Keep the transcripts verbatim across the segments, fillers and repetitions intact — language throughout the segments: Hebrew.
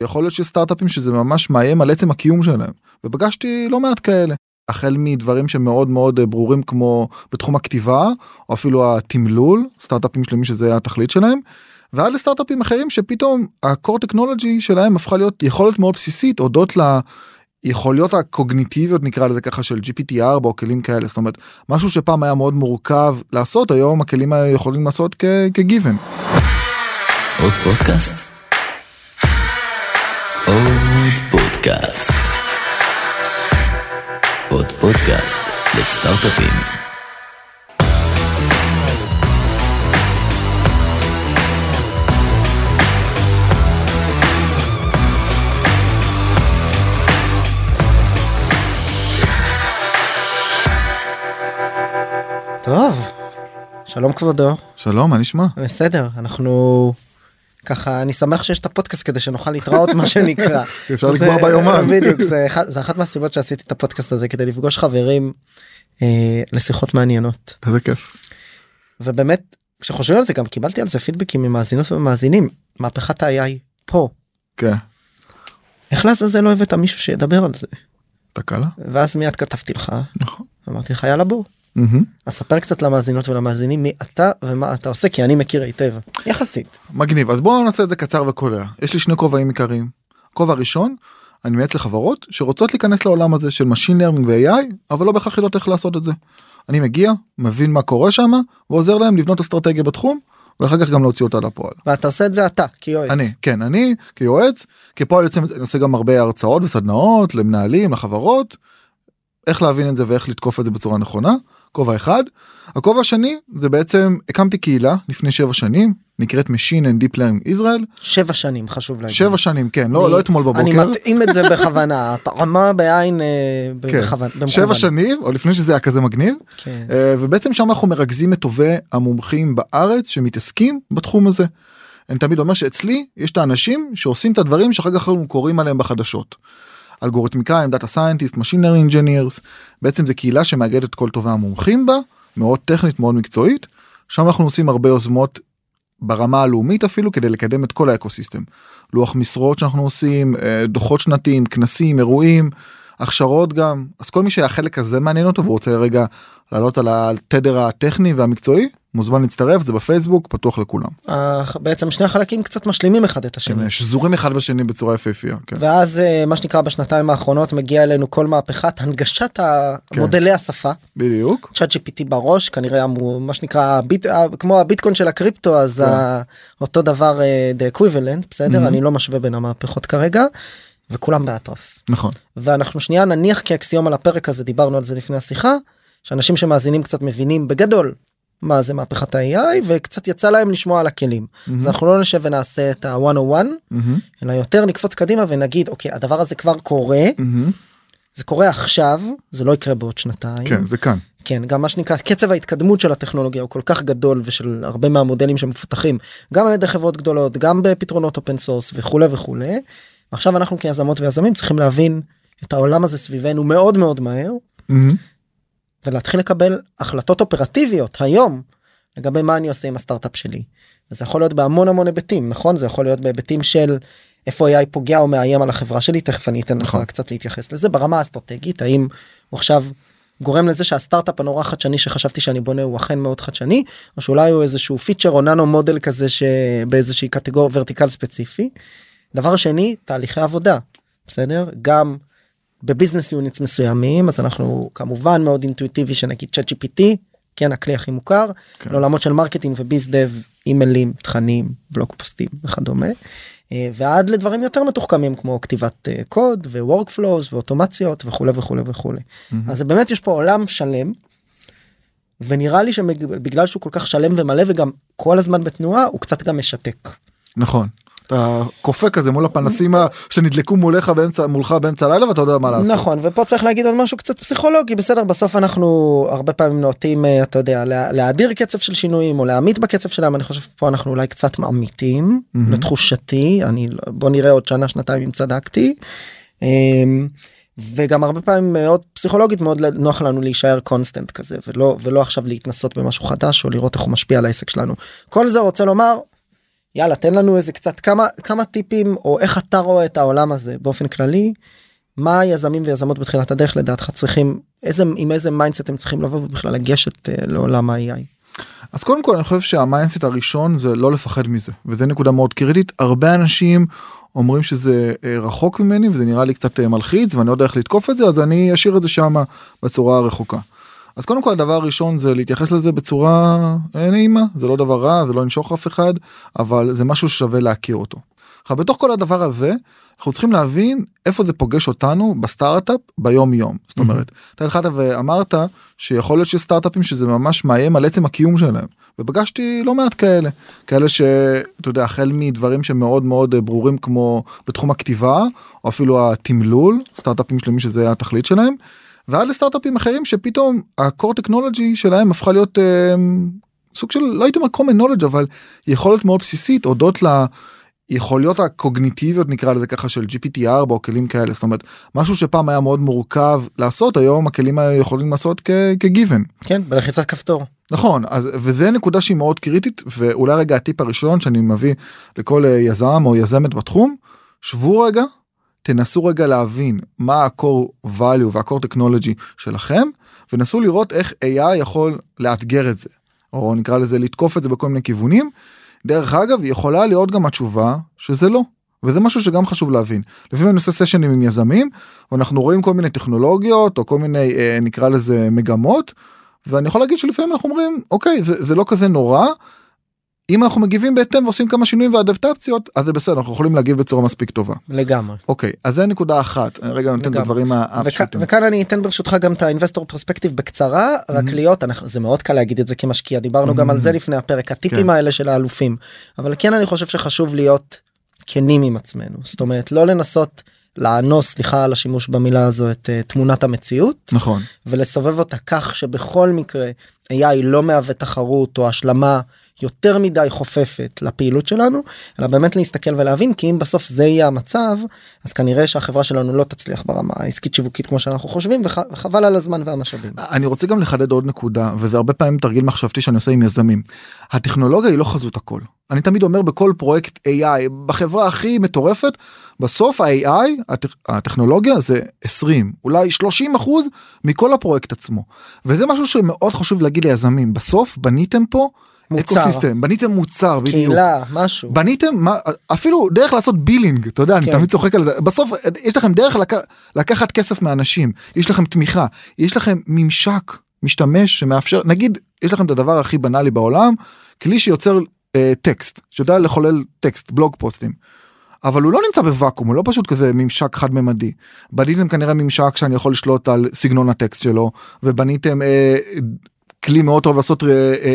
יכול להיות שסטארט-אפים שזה ממש מאיים על עצם הקיום שלהם, ופגשתי לא מעט כאלה. החל מדברים שמאוד מאוד ברורים כמו בתחום הכתיבה, או אפילו התמלול, סטארט-אפים שלמי שזה היה התכלית שלהם, ועד לסטארט-אפים אחרים שפתאום הקור טכנולוגי שלהם הפכה להיות יכולת מאוד בסיסית, הודות ליכוליות הקוגניטיביות נקרא לזה ככה של ג'י פי טי ארבע או כלים כאלה, זאת אומרת, משהו שפעם היה מאוד מורכב לעשות, היום הכלים האלה יכולים לעשות כגיוון. עוד פודקאסט? עוד פודקאסט. עוד פודקאסט לסטארט-אפים. טוב, שלום כבודו. שלום, מה נשמע? בסדר, אנחנו ככה, אני שמח שיש את הפודקאסט כדי שנוכל להתראות מה שנקרא. אפשר לקבוע ביומן. בדיוק, זה, זה אחת מהסיבות שעשיתי את הפודקאסט הזה, כדי לפגוש חברים אה, לשיחות מעניינות. איזה כיף. ובאמת, כשחושבים על זה, גם קיבלתי על זה פידבקים ממאזינות ומאזינים, מהפכת ה-איי איי פה. כן. איך לעזאזל לא הבאת מישהו שידבר על זה? תקלה. ואז מיד כתבתי לך, נכון. אמרתי לך, יאללה בוא. Mm-hmm. אז ספר קצת למאזינות ולמאזינים מי אתה ומה אתה עושה, כי אני מכיר היטב יחסית. מגניב, אז בואו נעשה את זה קצר וקולע. יש לי שני כובעים עיקריים. כובע ראשון, אני מייעץ לחברות שרוצות להיכנס לעולם הזה של Machine Learning ו-איי איי, אבל לא בהכרח יודעות איך לעשות את זה. אני מגיע, מבין מה קורה שם, ועוזר להם לבנות אסטרטגיה בתחום, ואחר כך גם להוציא אותה לפועל. ואתה עושה את זה אתה, כיועץ. אני, כן, אני כיועץ, כפועל יוצא, אני עושה גם הרבה הרצאות וסדנאות למנהלים, לחברות, איך להבין את זה ואיך לתקוף את זה בצורה נכונה. כובע אחד. הכובע השני זה בעצם הקמתי קהילה לפני שבע שנים, נקראת Machine and Deep Learning Israel. שבע שנים חשוב להגיד. שבע שנים, כן, לא, לא אתמול בבוקר. אני מתאים את זה בכוונה, טעמה בעין בכוונה. שבע שנים, או לפני שזה היה כזה מגניב, ובעצם שם אנחנו מרכזים את טובי המומחים בארץ שמתעסקים בתחום הזה. אני תמיד אומר שאצלי יש את האנשים שעושים את הדברים שאחר כך אנחנו קוראים עליהם בחדשות. אלגוריתמיקאים, דאטה סיינטיסט, משין לרנינג אינג'ינירס, בעצם זה קהילה שמאגדת את כל טובי המומחים בה, מאוד טכנית, מאוד מקצועית, שם אנחנו עושים הרבה יוזמות ברמה הלאומית אפילו, כדי לקדם את כל האקוסיסטם. לוח משרות שאנחנו עושים, דוחות שנתיים, כנסים, אירועים, הכשרות גם, אז כל מי שהחלק הזה מעניין אותו, והוא רוצה רגע לעלות על התדר הטכני והמקצועי, מוזמן להצטרף, זה בפייסבוק, פתוח לכולם. בעצם שני החלקים קצת משלימים אחד את השני. הם שזורים אחד בשני בצורה יפהפייה. ואז מה שנקרא בשנתיים האחרונות מגיע אלינו כל מהפכת הנגשת המודלי השפה. בדיוק. צ'אט ג'י פי טי בראש, כנראה מה שנקרא, כמו הביטקוין של הקריפטו, אז אותו דבר the equivalent, בסדר? אני לא משווה בין המהפכות כרגע. וכולם באטרף. נכון. ואנחנו שנייה נניח כאקסיום על הפרק הזה, דיברנו על זה לפני השיחה, שאנשים שמאזינים קצת מבינים בגדול מה זה מהפכת ה-איי איי, וקצת יצא להם לשמוע על הכלים. Mm-hmm. אז אנחנו לא נשב ונעשה את ה-מאה ואחת, mm-hmm. אלא יותר נקפוץ קדימה ונגיד, אוקיי, הדבר הזה כבר קורה, mm-hmm. זה קורה עכשיו, זה לא יקרה בעוד שנתיים. כן, זה כאן. כן, גם מה שנקרא, קצב ההתקדמות של הטכנולוגיה הוא כל כך גדול, ושל הרבה מהמודלים שמפותחים, גם על ידי חברות גדולות, גם בפתרונות אופן סורס וכו' וכו'. עכשיו אנחנו כיזמות ויזמים צריכים להבין את העולם הזה סביבנו מאוד מאוד מהר, mm-hmm. ולהתחיל לקבל החלטות אופרטיביות היום, לגבי מה אני עושה עם הסטארט-אפ שלי. וזה יכול להיות בהמון המון היבטים, נכון? זה יכול להיות בהיבטים של איפה איי איי פוגע או מאיים על החברה שלי, תכף אני אתן לך קצת להתייחס לזה, ברמה האסטרטגית, האם הוא עכשיו גורם לזה שהסטארט-אפ הנורא חדשני שחשבתי שאני בונה הוא אכן מאוד חדשני, או שאולי הוא איזשהו פיצ'ר או ננו מודל כזה שבאיזושהי קטגוריה ורטיקל ספציפי. דבר שני, תהליכי עבודה, בסדר? גם בביזנס יוניטס מסוימים, אז אנחנו כמובן מאוד אינטואיטיבי שנגיד צ'אט ג'י פי טי, כן, הכלי הכי מוכר, כן. לעולמות של מרקטינג וביז דב, אימיילים, תכנים, בלוג פוסטים וכדומה, ועד לדברים יותר מתוחכמים כמו כתיבת קוד ווורקפלוז ואוטומציות וכו' וכו' וכו'. Mm-hmm. אז באמת יש פה עולם שלם, ונראה לי שבגלל שהוא כל כך שלם ומלא וגם כל הזמן בתנועה, הוא קצת גם משתק. נכון. אתה קופא כזה מול הפנסים שנדלקו מולך באמצע, מולך באמצע הלילה ואתה יודע מה לעשות. נכון, ופה צריך להגיד עוד משהו קצת פסיכולוגי, בסדר, בסוף אנחנו הרבה פעמים נוטים, אתה יודע, להאדיר קצב של שינויים או להעמית בקצב שלהם, אני חושב פה אנחנו אולי קצת מעמיתים, לתחושתי, אני, בוא נראה עוד שנה, שנתיים אם צדקתי, וגם הרבה פעמים מאוד פסיכולוגית מאוד נוח לנו להישאר קונסטנט כזה, ולא, ולא עכשיו להתנסות במשהו חדש או לראות איך הוא משפיע על העסק שלנו. כל זה רוצה לומר, יאללה, תן לנו איזה קצת כמה כמה טיפים, או איך אתה רואה את העולם הזה באופן כללי. מה יזמים ויזמות בתחילת הדרך לדעתך צריכים, איזה, עם איזה מיינדסט הם צריכים לבוא ובכלל לגשת uh, לעולם ה-איי איי? אז קודם כל אני חושב שהמיינדסט הראשון זה לא לפחד מזה, וזה נקודה מאוד קריטית. הרבה אנשים אומרים שזה uh, רחוק ממני, וזה נראה לי קצת uh, מלחיץ, ואני לא יודע איך לתקוף את זה, אז אני אשאיר את זה שם בצורה הרחוקה. אז קודם כל הדבר הראשון זה להתייחס לזה בצורה נעימה, זה לא דבר רע, זה לא נשוך אף אחד, אבל זה משהו ששווה להכיר אותו. עכשיו, בתוך כל הדבר הזה, אנחנו צריכים להבין איפה זה פוגש אותנו בסטארט-אפ ביום יום. זאת אומרת, אתה התחלת ואמרת שיכול להיות שסטארט-אפים שזה ממש מאיים על עצם הקיום שלהם. ופגשתי לא מעט כאלה, כאלה שאתה יודע, החל מדברים שמאוד מאוד ברורים כמו בתחום הכתיבה, או אפילו התמלול, סטארט-אפים שלמים שזה התכלית שלהם, ועד לסטארט-אפים אחרים שפתאום הקור טכנולוגי שלהם הפכה להיות אה, סוג של, לא הייתי אומר common knowledge, אבל יכולת מאוד בסיסית, הודות ליכוליות הקוגניטיביות נקרא לזה ככה של ג'י פי טי ארבע או כלים כאלה, זאת אומרת, משהו שפעם היה מאוד מורכב לעשות, היום הכלים האלה יכולים לעשות כגיוון. כן, בלחיצת כפתור. נכון, אז, וזה נקודה שהיא מאוד קריטית, ואולי רגע הטיפ הראשון שאני מביא לכל יזם או יזמת בתחום, שבו רגע, תנסו רגע להבין מה ה-core value וה-core technology שלכם, ונסו לראות איך איי איי יכול לאתגר את זה, או נקרא לזה לתקוף את זה בכל מיני כיוונים. דרך אגב, יכולה להיות גם התשובה שזה לא, וזה משהו שגם חשוב להבין. לפעמים אני עושה סשנים עם יזמים, ואנחנו רואים כל מיני טכנולוגיות, או כל מיני, נקרא לזה מגמות, ואני יכול להגיד שלפעמים אנחנו אומרים, אוקיי, זה, זה לא כזה נורא, אם אנחנו מגיבים בהתאם ועושים כמה שינויים ואדפטציות, אז זה בסדר, אנחנו יכולים להגיב בצורה מספיק טובה. לגמרי. אוקיי, אז זה נקודה אחת. רגע, אני נותן את הדברים הפשוטים. וכאן אני אתן ברשותך גם את האינבסטור פרספקטיב בקצרה, רק להיות, זה מאוד קל להגיד את זה כמשקיע, דיברנו גם על זה לפני הפרק, הטיפים האלה של האלופים, אבל כן אני חושב שחשוב להיות כנים עם עצמנו, זאת אומרת, לא לנסות לענוס, סליחה על השימוש במילה הזו, את תמונת המציאות. נכון. ולסובב אותה כך שבכל מקרה, איי איי לא מהווה תחרות או השלמה יותר מדי חופפת לפעילות שלנו, אלא באמת להסתכל ולהבין, כי אם בסוף זה יהיה המצב, אז כנראה שהחברה שלנו לא תצליח ברמה העסקית שיווקית כמו שאנחנו חושבים, וחבל על הזמן והמשאבים. אני רוצה גם לחדד עוד נקודה, וזה הרבה פעמים תרגיל מחשבתי שאני עושה עם יזמים. הטכנולוגיה היא לא חזות הכל. אני תמיד אומר בכל פרויקט איי איי, בחברה הכי מטורפת, בסוף ה-איי איי, הטכנולוגיה זה עשרים, אולי שלושים אחוז מכל הפרויקט עצמו. וזה משהו שמאוד חשוב להגיד ליזמים. בסוף בניתם פה אקוסיסטם, בניתם מוצר, קהילה, משהו. בניתם, אפילו דרך לעשות בילינג, אתה יודע, אני תמיד צוחק על זה. בסוף יש לכם דרך לקחת כסף מאנשים, יש לכם תמיכה, יש לכם ממשק, משתמש שמאפשר, נגיד, יש לכם את הדבר הכי בנאלי בעולם, כלי שיוצר טקסט, שיודע לחולל טקסט, בלוג פוסטים. אבל הוא לא נמצא בוואקום, הוא לא פשוט כזה ממשק חד-ממדי. בניתם כנראה ממשק שאני יכול לשלוט על סגנון הטקסט שלו, ובניתם אה, כלי מאוד טוב לעשות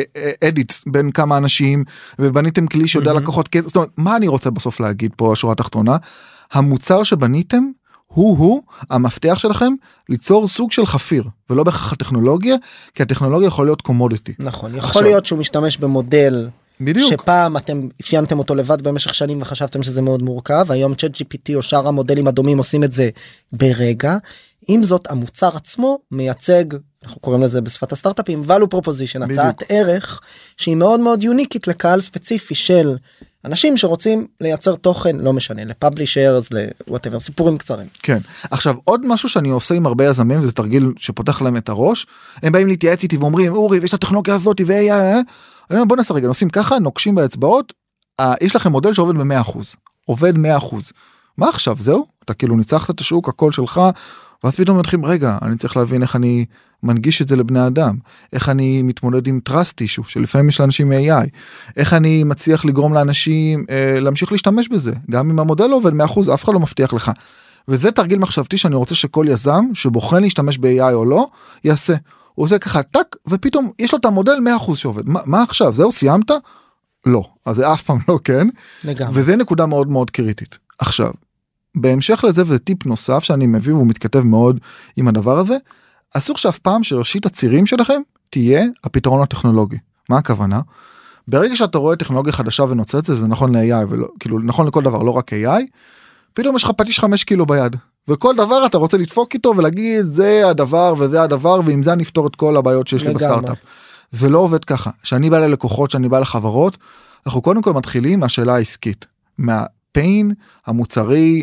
אדיט אה, אה, בין כמה אנשים, ובניתם כלי שיודע mm-hmm. לקוחות כסף. זאת אומרת, מה אני רוצה בסוף להגיד פה, השורה התחתונה? המוצר שבניתם, הוא-הוא המפתח שלכם ליצור סוג של חפיר, ולא בהכרח הטכנולוגיה, כי הטכנולוגיה יכול להיות קומודיטי. נכון, יכול עכשיו, להיות שהוא משתמש במודל, בדיוק. שפעם אתם אפיינתם אותו לבד במשך שנים וחשבתם שזה מאוד מורכב, היום צ'אט ג'י פי טי או שאר המודלים הדומים עושים את זה ברגע. עם זאת, המוצר עצמו מייצג, אנחנו קוראים לזה בשפת הסטארט-אפים, value proposition, הצעת ערך שהיא מאוד מאוד יוניקית לקהל ספציפי של אנשים שרוצים לייצר תוכן, לא משנה, לפאבלישרס, ל-whatever, סיפורים קצרים. כן. עכשיו, עוד משהו שאני עושה עם הרבה יזמים, וזה תרגיל שפותח להם את הראש, הם באים להתייעץ איתי ואומרים, אורי, ויש את הטכנולוגיה הזאת, ואי, אני אומר, בוא נעשה רגע, נוסעים ככה, נוקשים באצבעות, יש לכם מודל שעובד ב-מאה אחוז, עובד מאה אחוז. מה עכשיו, זהו? אתה כאילו ניצחת את השוק, הכל שלך, ואז פתאום מתחילים, רגע, אני צריך להבין איך אני מנגיש את זה לבני אדם, איך אני מתמודד עם טראסט אישו, שלפעמים יש לאנשים איי איי, איך אני מצליח לגרום לאנשים אה, להמשיך להשתמש בזה, גם אם המודל עובד מאה אחוז, אף אחד לא מבטיח לך. וזה תרגיל מחשבתי שאני רוצה שכל יזם שבוחן להשתמש ב-איי איי או לא, יעשה. הוא עושה ככה טק, ופתאום יש לו את המודל מאה אחוז שעובד. מה, מה עכשיו? זהו, סיימת? לא. אז זה אף פעם לא כן. לגמרי. וזה נקודה מאוד מאוד קריטית. עכשיו, בהמשך לזה, וזה טיפ נוסף שאני מביא, והוא מתכתב מאוד עם הדבר הזה, אסור שאף פעם שראשית הצירים שלכם תהיה הפתרון הטכנולוגי. מה הכוונה? ברגע שאתה רואה טכנולוגיה חדשה ונוצצת, זה נכון ל-איי איי, ולא, כאילו, נכון לכל דבר, לא רק איי איי, פתאום יש לך פטיש חמש קילו ביד, וכל דבר אתה רוצה לדפוק איתו ולהגיד, זה הדבר וזה הדבר, ועם זה נפתור את כל הבעיות שיש לי בסטארט-אפ. זה לא עובד ככה. שאני בא ללקוחות, שאני בא לחברות, אנחנו קודם כל מתחילים מהשאלה העסקית, מהפיין המוצרי,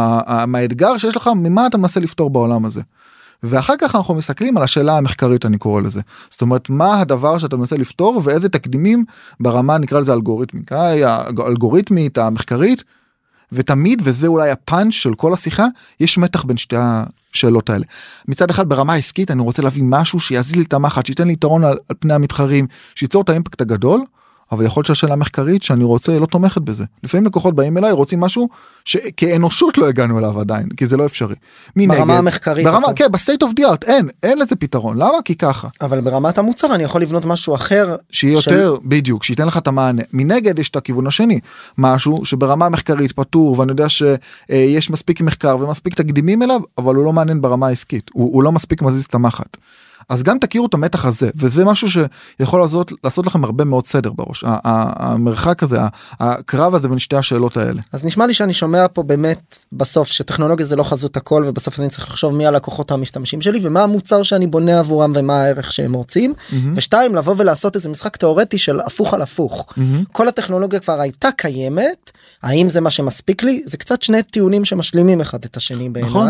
מהאתגר שיש לך, ממה אתה מנסה לפתור בעולם הזה. ואחר כך אנחנו מסתכלים על השאלה המחקרית, אני קורא לזה. זאת אומרת, מה הדבר שאתה מנסה לפתור, ואיזה תקדימים ברמה, נקרא לזה אלגוריתמיקה, האלגוריתמית, המחקרית, ותמיד, וזה אולי הפאנץ' של כל השיחה, יש מתח בין שתי השאלות האלה. מצד אחד, ברמה העסקית, אני רוצה להביא משהו שיזיז לי את המחט, שייתן לי יתרון על, על פני המתחרים, שייצור את האימפקט הגדול, אבל יכול להיות שהשאלה המחקרית שאני רוצה לא תומכת בזה. לפעמים לקוחות באים אליי, רוצים משהו שכאנושות לא הגענו אליו עדיין, כי זה לא אפשרי. ברמה המחקרית. ברמה, כן, בסטייט אוף די ארט, אין, אין לזה פתרון. למה? כי ככה. אבל ברמת המוצר אני יכול לבנות משהו אחר. שיהיה יותר, בדיוק, שייתן לך את המענה. מנגד יש את הכיוון השני, משהו שברמה המחקרית פתור, ואני יודע שיש מספיק מחקר ומספיק תקדימים אליו, אבל הוא לא מעניין ברמה העסקית. הוא, הוא לא מספיק מזיז את המחט. אז גם תכירו את המתח הזה, וזה משהו שיכול לעשות, לעשות לכם הרבה מאוד סדר בראש, המרחק הזה, הקרב הזה בין שתי השאלות האלה. אז נשמע לי שאני שומע פה באמת בסוף, שטכנולוגיה זה לא חזות הכל, ובסוף אני צריך לחשוב מי הלקוחות המשתמשים שלי, ומה המוצר שאני בונה עבורם, ומה הערך שהם רוצים, mm-hmm. ושתיים, לבוא ולעשות איזה משחק תיאורטי של הפוך על הפוך. Mm-hmm. כל הטכנולוגיה כבר הייתה קיימת, האם זה מה שמספיק לי? זה קצת שני טיעונים שמשלימים אחד את השני בעיניי. נכון.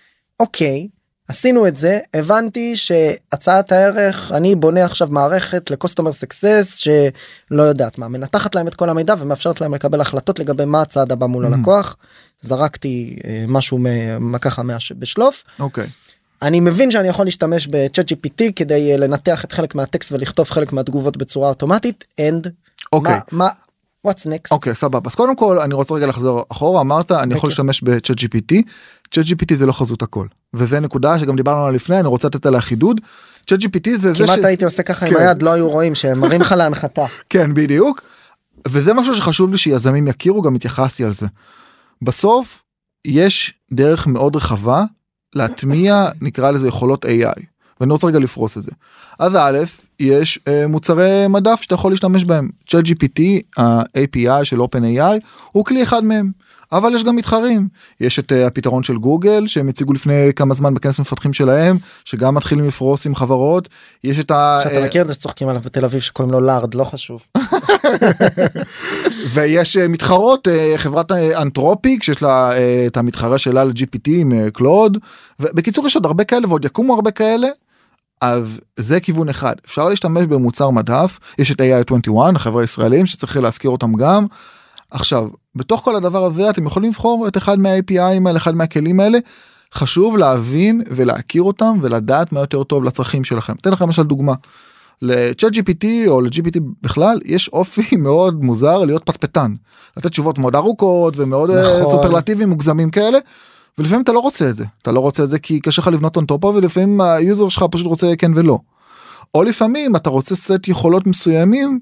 אוקיי. עשינו את זה, הבנתי שהצעת הערך, אני בונה עכשיו מערכת לקוסטומר סקסס, שלא יודעת מה, מנתחת להם את כל המידע, ומאפשרת להם לקבל החלטות לגבי מה הצעד הבא מול הלקוח. זרקתי משהו ככה בשלוף. אוקיי. אני מבין שאני יכול להשתמש ב-צ'אט ג'י פי טי, כדי לנתח את חלק מהטקסט, ולכתוב חלק מהתגובות בצורה אוטומטית, and אוקיי. מה... What's next? אוקיי, סבבה. אז קודם כל, אני רוצה רגע לחזור אחורה, אמרת, אני יכול להשתמש ב-צ'אט ג'י פי טי. צ'אט ג'י פי טי זה לא חזות הכל. וזה נקודה שגם דיברנו עליה לפני, אני רוצה לתת עליה חידוד. צ'אט ג'י פי טי זה... כמעט הייתי עושה ככה עם היד, לא היו רואים שהם מראים לך להנחתה. כן, בדיוק. וזה משהו שחשוב לי שיזמים יכירו, גם התייחסתי על זה. בסוף, יש דרך מאוד רחבה להטמיע, נקרא לזה יכולות איי איי. ואני רוצה רגע לפרוס את זה. אז א', יש אה, מוצרי מדף שאתה יכול להשתמש בהם. צ'אט ג'י פי טי, ה-איי פי איי של OpenAI, הוא כלי אחד מהם. אבל יש גם מתחרים. יש את uh, הפתרון של גוגל, שהם הציגו לפני כמה זמן בכנס מפתחים שלהם, שגם מתחילים לפרוס עם חברות. יש את ה... שאתה uh, מכיר את זה שצוחקים עליו בתל אביב, שקוראים לו לארד, לא חשוב. ויש uh, מתחרות, uh, חברת אנתרופיק, שיש לה uh, את המתחרה שלה ל-ג'י פי טי עם קלוד. Uh, ובקיצור יש עוד הרבה כאלה, ועוד יקומו הרבה כאלה. אז זה כיוון אחד. אפשר להשתמש במוצר מדף, יש את איי איי עשרים ואחת, החברה הישראלים, שצריך להזכיר אותם גם. עכשיו, בתוך כל הדבר הזה, אתם יכולים לבחור את אחד מה-איי פי איי האלה, אחד מהכלים האלה. חשוב להבין ולהכיר אותם, ולדעת מה יותר טוב לצרכים שלכם. אתן לכם למשל דוגמה. ל-צ'אט ג'י פי טי או ל-ג'י פי טי בכלל, יש אופי מאוד מוזר להיות פטפטן. לתת תשובות מאוד ארוכות, ומאוד נכון. סופרלטיביים, מוגזמים כאלה. ולפעמים אתה לא רוצה את זה, אתה לא רוצה את זה כי קשה לך לבנות on top, ולפעמים היוזר שלך פשוט רוצה כן ולא. או לפעמים אתה רוצה סט יכולות מסוימים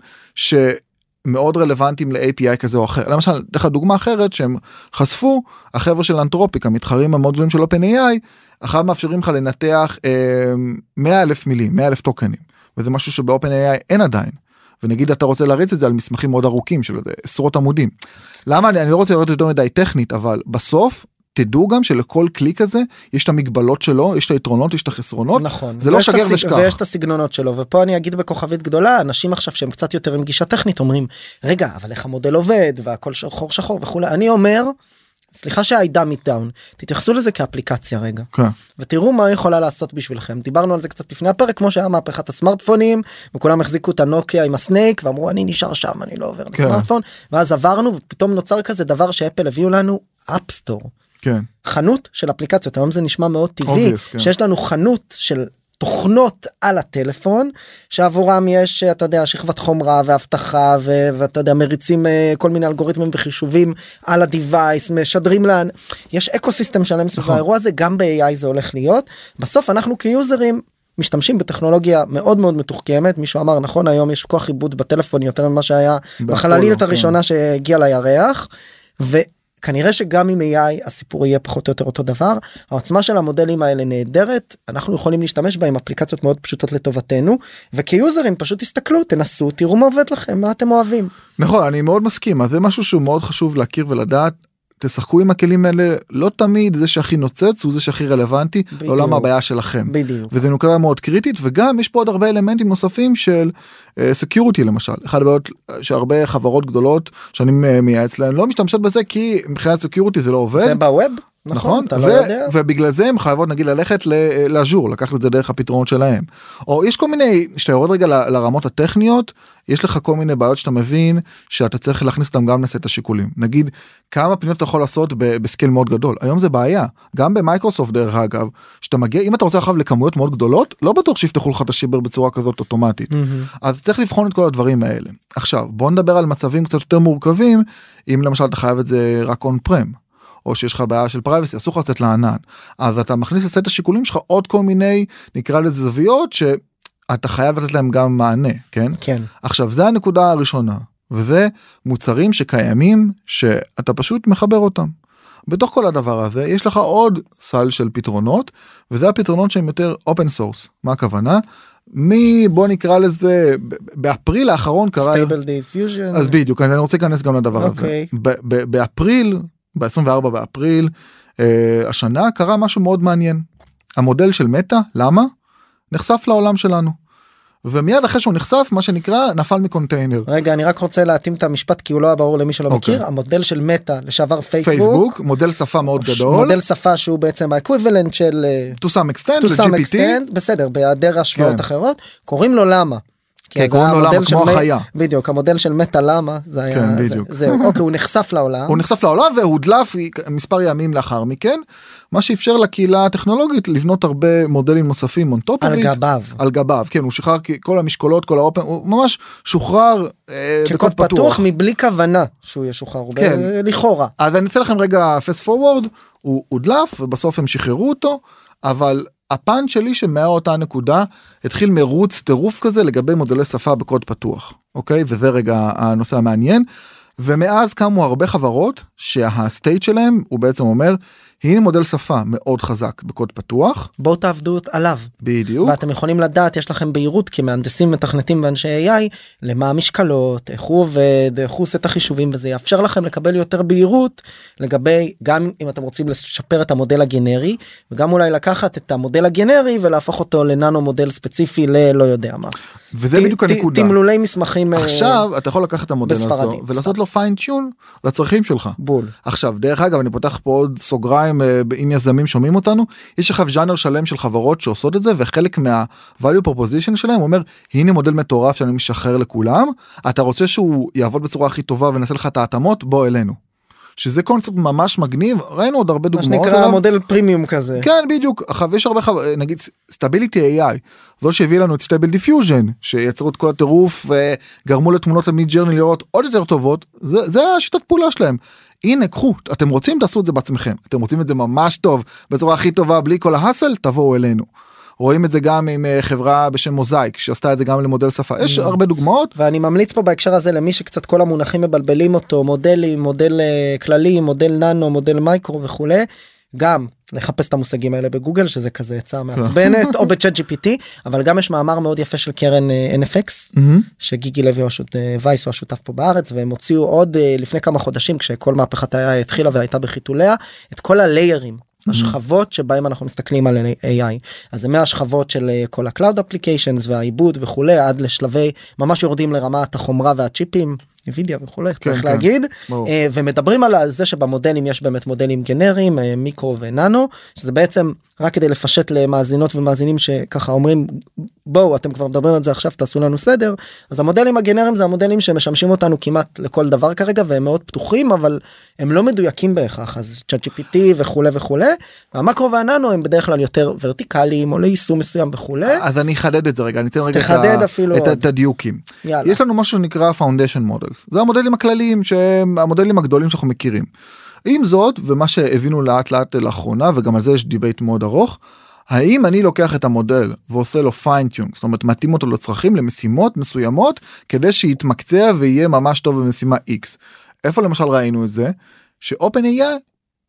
שמאוד רלוונטיים ל-איי פי איי כזה או אחר. למשל, דרך הדוגמה אחרת שהם חשפו, החבר'ה של אנתרופיק, המתחרים המאוד גדולים של OpenAI, אחר מאפשרים לך לנתח אה, מאה אלף מילים, מאה אלף טוקנים, וזה משהו שב-OpenAI אין עדיין. ונגיד אתה רוצה להריץ את זה על מסמכים מאוד ארוכים של עשרות עמודים. למה? אני, אני לא רוצה לראות יותר מדי טכנית, אבל בסוף תדעו גם שלכל כלי כזה יש את המגבלות שלו, יש את היתרונות, יש את החסרונות. נכון. זה לא שגר ושכח. ויש את הסגנונות שלו, ופה אני אגיד בכוכבית גדולה, אנשים עכשיו שהם קצת יותר עם גישה טכנית אומרים, רגע, אבל איך המודל עובד, והכל שחור שחור וכו'. אני אומר, סליחה שהאידה מיטדאון, תתייחסו לזה כאפליקציה רגע. כן. ותראו מה היא יכולה לעשות בשבילכם. דיברנו על זה קצת לפני הפרק, כמו שהיה מהפכת הסמארטפונים, וכולם החזיקו את הנוקיה עם הסנייק, ואמרו, אני נשאר שם, אני לא עובר כן. לסמארטפון, ואז עברנו, ופתאום נוצר כזה דבר שאפל הביאו לנו, אפסטור. כן. חנות של אפליקציות, היום זה נשמע מאוד טבעי, Obvious, כן. שיש לנו חנות של תוכנות על הטלפון, שעבורם יש, אתה יודע, שכבת חומרה והבטחה, ו- ואתה יודע, מריצים כל מיני אלגוריתמים וחישובים על הדיווייס, משדרים לאן, יש אקוסיסטם שלם סביב נכון. האירוע הזה, גם ב-איי איי זה הולך להיות, בסוף אנחנו כיוזרים, משתמשים בטכנולוגיה מאוד מאוד מתוחכמת, מישהו אמר, נכון, היום יש כוח עיבוד בטלפון יותר ממה שהיה בחללית הראשונה כן. שהגיעה לירח, ו... כנראה שגם עם איי איי הסיפור יהיה פחות או יותר אותו דבר, העוצמה של המודלים האלה נהדרת, אנחנו יכולים להשתמש בהם אפליקציות מאוד פשוטות לטובתנו, וכיוזרים פשוט תסתכלו, תנסו, תראו מה עובד לכם, מה אתם אוהבים. נכון, אני מאוד מסכים, אז זה משהו שהוא מאוד חשוב להכיר ולדעת, תשחקו עם הכלים האלה, לא תמיד זה שהכי נוצץ הוא זה שהכי רלוונטי, לעולם הבעיה שלכם. בדיוק. וזה נקודה מאוד קריטית, וגם יש פה עוד הרבה אלמנטים נוספים של סקיוריטי למשל. אחד הבעיות שהרבה חברות גדולות שאני מייעץ להן לא משתמשות בזה, כי מבחינת סקיוריטי זה לא עובד. זה בווב? נכון, אתה לא יודע. ובגלל זה הם חייבות נגיד ללכת לאז'ור, לקחת את זה דרך הפתרונות שלהם. או יש כל מיני, שאתה יורד רגע לרמות הטכניות, יש לך כל מיני בעיות שאתה מבין שאתה צריך להכניס אותם גם לסט השיקולים. נגיד, כמה פניות אתה יכול לעשות בסקייל מאוד גדול. היום זה בעיה. גם במייקרוסופט דרך אגב, שאתה מגיע, אם אתה רוצה לחשוב לכמויות מאוד גדולות, לא בטוח שיפתחו לך את השיבר בצורה כזאת אוטומטית. אז צריך לבחון את כל הדברים האלה. עכשיו, בוא נדבר על מצבים קצת יותר מורכבים, אם למשל אתה חייב את זה רק און פרם. או שיש לך בעיה של פרייבסי, אסור לך לצאת לענן. אז אתה מכניס לסט השיקולים שלך עוד כל מיני, נקרא לזה זוויות, שאתה חייב לתת להם גם מענה, כן? כן. עכשיו, זה הנקודה הראשונה, וזה מוצרים שקיימים, שאתה פשוט מחבר אותם. בתוך כל הדבר הזה, יש לך עוד סל של פתרונות, וזה הפתרונות שהם יותר open source. מה הכוונה? מי, בוא נקרא לזה, באפריל האחרון קרה... Stable Diffusion. אז בדיוק, אני רוצה להיכנס גם לדבר הזה. אוקיי. באפריל, ב-עשרים וארבעה באפריל, אה, השנה קרה משהו מאוד מעניין. המודל של מטא, למה? נחשף לעולם שלנו. ומיד אחרי שהוא נחשף, מה שנקרא, נפל מקונטיינר. רגע, אני רק רוצה להתאים את המשפט, כי הוא לא היה ברור למי שלא okay. מכיר. המודל של מטא, לשעבר פייסבוק. פייסבוק, מודל שפה מאוד גדול. מודל שפה שהוא בעצם האקוויבלנט של... To some extent, זה ג'י פי טי. Extent, בסדר, בהיעדר השוואות כן. אחרות. קוראים לו למה. כן, קוראים לו למה כמו החיה. בדיוק, המודל של מטא למה, זה היה, כן, בדיוק. זה, זה, אוקיי, הוא נחשף לעולם. הוא נחשף לעולם והודלף מספר ימים לאחר מכן, מה שאפשר לקהילה הטכנולוגית לבנות הרבה מודלים נוספים on top of it. על גביו. על גביו, כן, הוא שחרר כל המשקולות, כל האופן, הוא ממש שוחרר כקוד פתוח. פתוח מבלי כוונה שהוא ישוחרר, כן. לכאורה. אז אני אתן לכם רגע fast forward, הוא הודלף ובסוף הם שחררו אותו, אבל... הפן שלי שמאותה נקודה התחיל מרוץ טירוף כזה לגבי מודלי שפה בקוד פתוח, אוקיי? וזה רגע הנושא המעניין, ומאז קמו הרבה חברות שהסטייט שלהם הוא בעצם אומר, הנה מודל שפה מאוד חזק בקוד פתוח. בואו תעבדו עליו. בדיוק. ואתם יכולים לדעת, יש לכם בהירות כמהנדסים מתכנתים ואנשי איי איי, למה המשקלות, איך הוא עובד, איך הוא עושה את החישובים, וזה יאפשר לכם לקבל יותר בהירות לגבי, גם אם אתם רוצים לשפר את המודל הגנרי, וגם אולי לקחת את המודל הגנרי ולהפוך אותו לננו מודל ספציפי ללא יודע מה. וזה בדיוק הנקודה. תמלולי מסמכים. עכשיו אתה יכול לקחת את המודל הזה ולעשות לו פיין-טיון לצרכים שלך. בול. עכשיו, דרך אגב, אני פותח פה עוד סוגריים אם יזמים שומעים אותנו, יש לך ז'אנר שלם של חברות שעושות את זה, וחלק מה-value proposition שלהם אומר, הנה מודל מטורף שאני משחרר לכולם, אתה רוצה שהוא יעבוד בצורה הכי טובה ונעשה לך את ההתאמות, בוא אלינו. שזה קונספט ממש מגניב, ראינו עוד הרבה דוגמאות. מה שנקרא מודל פרימיום כזה. כן, בדיוק. עכשיו, יש הרבה חברות, נגיד, Stability איי איי, זו שהביא לנו את Stable Diffusion, שיצרו את כל הטירוף, וגרמו לתמונות מ-Midjourney לראות עוד יותר טובות, זה, זה השיטת פעולה שלהם. הנה, קחו, אתם רוצים, תעשו את זה בעצמכם. אתם רוצים את זה ממש טוב, בצורה הכי טובה, בלי כל ההסל, תבואו אלינו. רואים את זה גם עם חברה בשם מוזאיק, שעשתה את זה גם למודל שפה. יש הרבה דוגמאות. ואני ממליץ פה בהקשר הזה למי שקצת כל המונחים מבלבלים אותו, מודלים, מודל כללי, מודל ננו, מודל מייקרו וכו'. גם לחפש את המושגים האלה בגוגל, שזה כזה יצא מעצבנת, או בצ'אט ג'י פי טי, אבל גם יש מאמר מאוד יפה של קרן אן אף אקס, שגיגי לוי וייס הוא השותף פה בארץ, והם הוציאו עוד לפני כמה חודשים, כשכל מהפכת ה-איי איי התחילה והייתה בחיתוליה, את כל הליירים, השכבות שבהם אנחנו מסתכלים על איי איי. אז זה מהשכבות של כל ה-Cloud Applications והעיבוד וכולי, עד לשלבי, ממש יורדים לרמת החומרה והצ'יפים, NVIDIA וכולי, צריך להגיד, ומדברים על זה שבמודלים יש באמת מודלים גנריים, מיקרו וננו, שזה בעצם רק כדי לפשט למאזינות ומאזינים שככה אומרים, בואו, אתם כבר מדברים על זה עכשיו, תעשו לנו סדר. אז המודלים הגנריים זה המודלים שמשמשים אותנו כמעט לכל דבר כרגע, והם מאוד פתוחים, אבל הם לא מדויקים בהכרח, אז צ'אט ג'י פי טי וכולי וכולי, והמקרו והננו הם בדרך כלל יותר ורטיקליים, או ליישום מסוים וכולי. אז אני אחדד את זה רגע, אני אתן רגע את הדיוקים. יש לנו משהו שנקרא Foundation Models. זה המודלים הכלליים, המודלים הגדולים שאנחנו מכירים. עם זאת, ומה שהבינו לאט לאט לאחרונה, וגם על זה יש דיבייט מאוד ארוך, האם אני לוקח את המודל ועושה לו פיינטיון, זאת אומרת, מתאים אותו לצרכים, למשימות מסוימות, כדי שיתמקצע ויהיה ממש טוב במשימה X. איפה למשל ראינו את זה? ש-OpenAI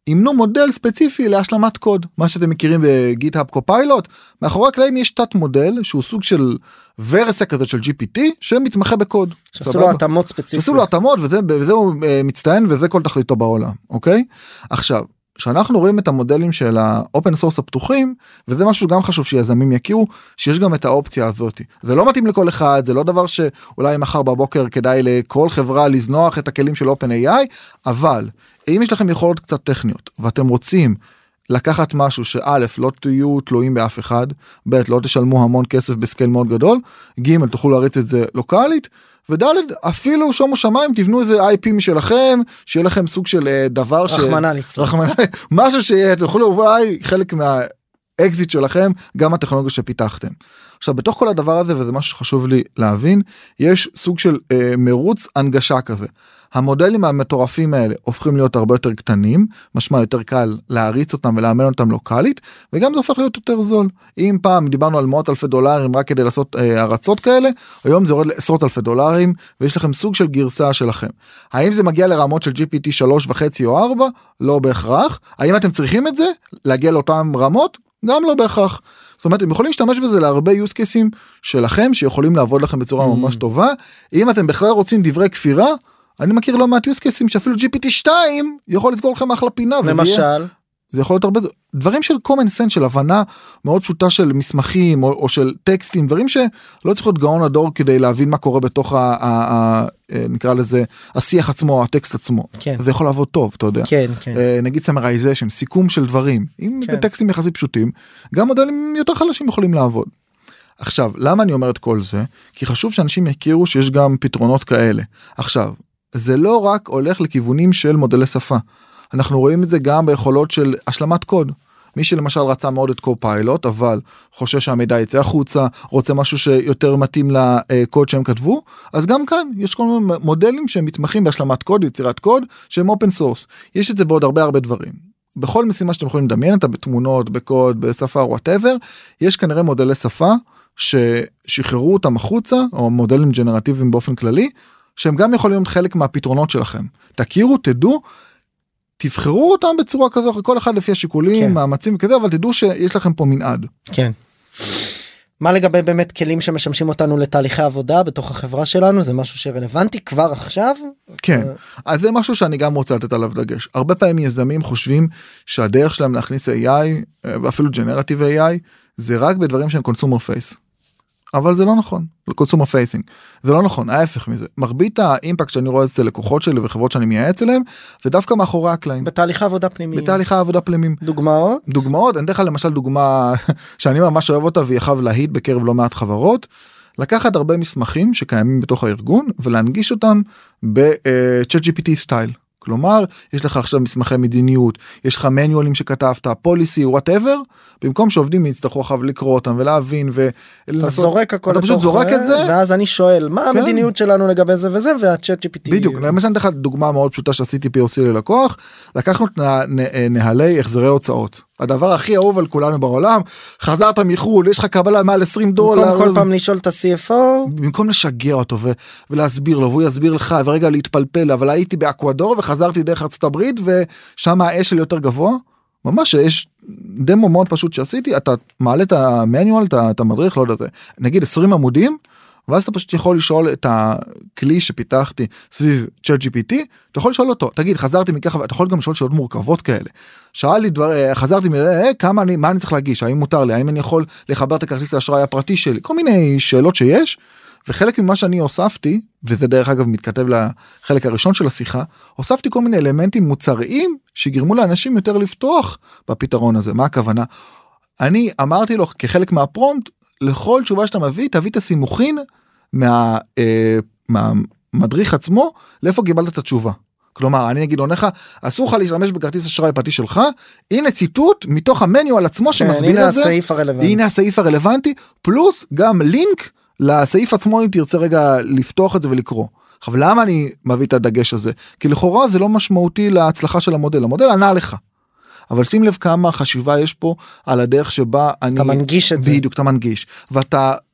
אימנו מודל ספציפי להשלמת קוד, מה שאתם מכירים בגיטהאב קופיילוט, מאחורי הקלעים יש תת מודל שהוא סוג של ורסיה כזאת של ג'י פי טי שמתמחה בקוד. שעשו לו התאמות ספציפיות. שעשו לו התאמות וזה, וזה הוא מצטיין וזה כל תכליתו בעולם, אוקיי? עכשיו, שאנחנו רואים את המודלים של האופן סורס הפתוחים, וזה משהו גם חשוב שיזמים יכירו, שיש גם את האופציה הזאת. זה לא מתאים לכל אחד, זה לא דבר שאולי מחר בבוקר כדאי לכל חברה לזנוח את הכלים של OpenAI, אבל אם יש לכם יכולות קצת טכניות, ואתם רוצים לקחת משהו שא' לא תהיו תלויים באף אחד, ב' לא תשלמו המון כסף בסקייל מאוד גדול, ג' תוכלו להריץ את זה לוקלית, ודלת, אפילו שומו שמיים, תבנו איזה איי פי משלכם, שיהיה לכם סוג של דבר ש... רחמנא ליצלן. רחמנא, משהו שיהיה, תוכלו אולי חלק מהאקזיט שלכם, גם הטכנולוגיה שפיתחתם. עכשיו, בתוך כל הדבר הזה, וזה משהו שחשוב לי להבין, יש סוג של אה, מרוץ הנגשה כזה. המודלים המטורפים האלה הופכים להיות הרבה יותר קטנים, משמע יותר קל להריץ אותם ולאמן אותם לוקלית, וגם זה הופך להיות יותר זול. אם פעם דיברנו על מאות אלפי דולרים רק כדי לעשות אה, הרצות כאלה, היום זה יורד לעשרות אלפי דולרים, ויש לכם סוג של גרסה שלכם. האם זה מגיע לרמות של ג'י פי טי שלוש וחצי או ארבע? לא בהכרח. האם אתם צריכים את זה? להגיע לאותן רמות? גם לא בהכרח. זאת אומרת, אתם יכולים להשתמש בזה להרבה use cases שלכם, שיכולים לעבוד לכם בצורה ממש טובה. אם אתם בכלל רוצים דברי כפירה, אני מכיר לא מעט use cases שאפילו ג'י פי טי שתיים יכול לסגור לכם אחלה פינה. למשל? זה יכול להיות הרבה דברים של common sense, של הבנה מאוד פשוטה של מסמכים או, או של טקסטים, דברים שלא צריך להיות גאון הדור כדי להבין מה קורה בתוך ה, ה, ה, נקרא לזה השיח עצמו, הטקסט עצמו. כן. זה יכול לעבוד טוב, אתה יודע. כן, כן. נגיד summarization, סיכום של דברים. אם כן. זה טקסטים יחסית פשוטים, גם מודלים יותר חלשים יכולים לעבוד. עכשיו, למה אני אומר את כל זה? כי חשוב שאנשים יכירו שיש גם פתרונות כאלה. עכשיו, זה לא רק הולך לכיוונים של מודלי שפה. אנחנו רואים את זה גם ביכולות של השלמת קוד. מי שלמשל רצה מאוד את קופיילוט, אבל חושש שהמידע יצא החוצה, רוצה משהו שיותר מתאים לקוד שהם כתבו, אז גם כאן יש כל מיני מודלים שהם מתמחים בהשלמת קוד, יצירת קוד, שהם אופן סורס. יש את זה בעוד הרבה הרבה דברים. בכל משימה שאתם יכולים לדמיין אותה, בתמונות, בקוד, בשפה, whatever, יש כנראה מודלי שפה ששחררו אותם החוצה, או מודלים ג'נרטיביים באופן כללי, שהם גם יכולים להיות חלק מהפתרונות שלכם. תכירו, תדעו, תבחרו אותם בצורה כזו, כל אחד לפי השיקולים, כן. מאמצים וכזה, אבל תדעו שיש לכם פה מנעד. כן. מה לגבי באמת כלים שמשמשים אותנו לתהליכי עבודה בתוך החברה שלנו? זה משהו שרלוונטי כבר עכשיו? כן, אז זה משהו שאני גם רוצה לתת עליו דגש. הרבה פעמים יזמים חושבים שהדרך שלהם להכניס איי איי, ואפילו ג'נרטיב איי איי, זה רק בדברים שהם קונסומר פייס. אבל זה לא נכון, קונסומר פייסינג. זה לא נכון, ההפך מזה. מרבית האימפקט שאני רואה אצל לקוחות שלי וחברות שאני מייעץ אליהם, זה דווקא מאחורי הקלעים. בתהליכי עבודה פנימיים. בתהליכי עבודה פנימיים. דוגמאות? דוגמאות, אני אתן לך למשל דוגמה שאני ממש אוהב אותה והיא חייב להיט בקרב לא מעט חברות, לקחת הרבה מסמכים שקיימים בתוך הארגון ולהנגיש אותם ב-צ'אט ג'י פי טי סטייל. כלומר, יש לך עכשיו מסמכי מדיניות, יש לך מניואלים שכתבת, פוליסי, whatever, במקום שעובדים יצטרכו אחר לקרוא אותם ולהבין אתה זורק הכל אתה פשוט זורק את זה, ואז אני שואל, מה המדיניות שלנו לגבי זה וזה, והצ'אט ג'י פי טי. בדיוק, למשל נתן לך דוגמה מאוד פשוטה שעשיתי פי או סי ללקוח, לקחנו את נהלי החזרי הוצאות. הדבר הכי אהוב על כולנו בעולם, חזרת מחול, יש לך קבלה מעל עשרים דולר. במקום כל פעם לשאול את ה-סי אף או. במקום לשגע אותו ולהסביר לו, והוא יסביר לך, ורגע להתפלפל, אבל הייתי באקוודור וחזרתי דרך ארצות הברית, ושם האש שלי יותר גבוה. ממש יש דמו מאוד פשוט שעשיתי, אתה מעלה את המניואל, את המדריך, לא יודע זה, נגיד עשרים עמודים, ואז אתה פשוט יכול לשאול את הכלי שפיתחתי סביב צ'אט ג'י פי טי, אתה יכול לשאול אותו, תגיד, חזרתי מככה, ואתה יכול גם לשאול שאלות מורכבות כאלה. שאל לי דבר, חזרתי מזה, כמה אני, מה אני צריך להגיש, האם מותר לי, האם אני יכול לחבר את הכרטיס האשראי הפרטי שלי, כל מיני שאלות שיש, וחלק ממה שאני הוספתי, וזה דרך אגב מתכתב לחלק הראשון של השיחה, הוספתי כל מיני אלמנטים מוצריים, שגרמו לאנשים יותר לפתוח בפתרון הזה. מה הכוונה? אני אמרתי לו, כחלק מהפרומפט, לכל תשובה שאתה מביא, תביא את הסימוכין מה, אה, מהמדריך עצמו, לאיפה קיבלת את התשובה. כלומר, אני אגיד עונך, אסור לך להשתמש בכרטיס אשראי הפרטי שלך, הנה ציטוט מתוך המניואל עצמו שמסביר את זה. הנה הסעיף הרלוונטי. הנה הסעיף הרלוונטי, פלוס גם לינק לסעיף עצמו אם תרצה רגע לפתוח את זה ולקרוא. אבל למה אני מביא את הדגש הזה? כי לכאורה זה לא משמעותי להצלחה של המודל, המודל ענה לך. אבל שים לב כמה חשיבה יש פה על הדרך שבה אני... אתה מנגיש את זה. בדיוק, אתה מנגיש. ואתה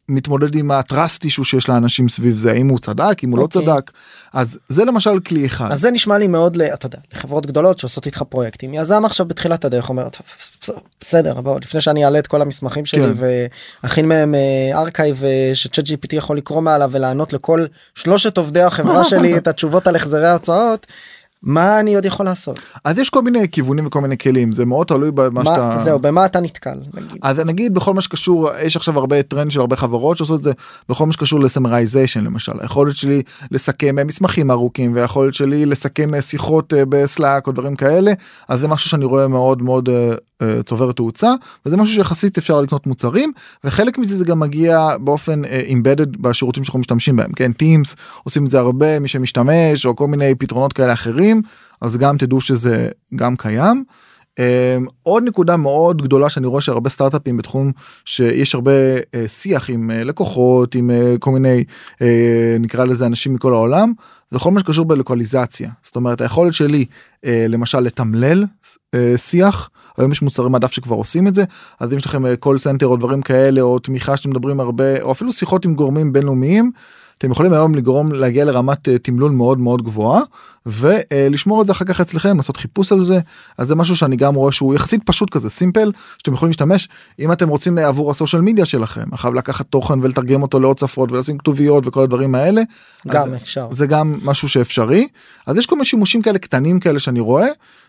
מתמודד עם הטראסט אישו שיש לאנשים סביב זה, האם הוא צדק, אם הוא לא צדק, אז זה למשל כלי אחד. אז זה נשמע לי מאוד, אתה יודע, לחברות גדולות שעושות איתך פרויקטים, יזם עכשיו בתחילת הדרך אומר, בסדר, בוא, לפני שאני אעלה את כל המסמכים שלי ואכין מהם ארכייב שצ'אט ג'י פי טי יכול לקרוא מעליו ולענות לכל שלושת עובדי החברה שלי את התשובות על החזרי ההוצאות, מה אני עוד יכול לעשות? אז יש כל מיני כיוונים וכל מיני כלים, זה מאוד תלוי במה שאתה... זהו, במה אתה נתקל, נגיד. אז נגיד בכל מה שקשור, יש עכשיו הרבה טרנד של הרבה חברות שעושות את זה, בכל מה שקשור לסמרייזיישן למשל, היכולת שלי לסכם מסמכים ארוכים, והיכולת שלי לסכם שיחות בסלאק או דברים כאלה, אז זה משהו שאני רואה מאוד מאוד צובר תאוצה, וזה משהו שיחסית אפשר לקנות מוצרים, וחלק מזה זה גם מגיע באופן embedded בשירותים שאנחנו משתמשים בהם, כן, Teams עושים את זה הרבה, מי שמשתמש, או כל מיני פתרונות כאלה אחרים, אז גם תדעו שזה גם קיים. עוד נקודה מאוד גדולה שאני רואה שהרבה סטארט-אפים בתחום שיש הרבה שיח עם לקוחות, עם כל מיני, נקרא לזה אנשים מכל העולם, זה כל מה שקשור בלוקליזציה. זאת אומרת, היכולת שלי למשל לתמלל שיח, היום יש מוצרי מדף שכבר עושים את זה, אז אם יש לכם קול סנטר או דברים כאלה, או תמיכה שאתם מדברים הרבה, או אפילו שיחות עם גורמים בינלאומיים, אתם יכולים היום לגרום להגיע לרמת תמלול מאוד מאוד גבוהה, ולשמור את זה אחר כך אצלכם, לעשות חיפוש על זה, אז זה משהו שאני גם רואה שהוא יחסית פשוט כזה, סימפל, שאתם יכולים להשתמש, אם אתם רוצים עבור הסושיאל מדיה שלכם, אחר לקחת תוכן ולתרגם אותו לעוד שפות, ולשים כתוביות וכל הדברים האלה. גם אפשר. זה גם משהו שאפשרי, אז יש כל מיני שימושים כאלה קטנים כאלה שאני רואה,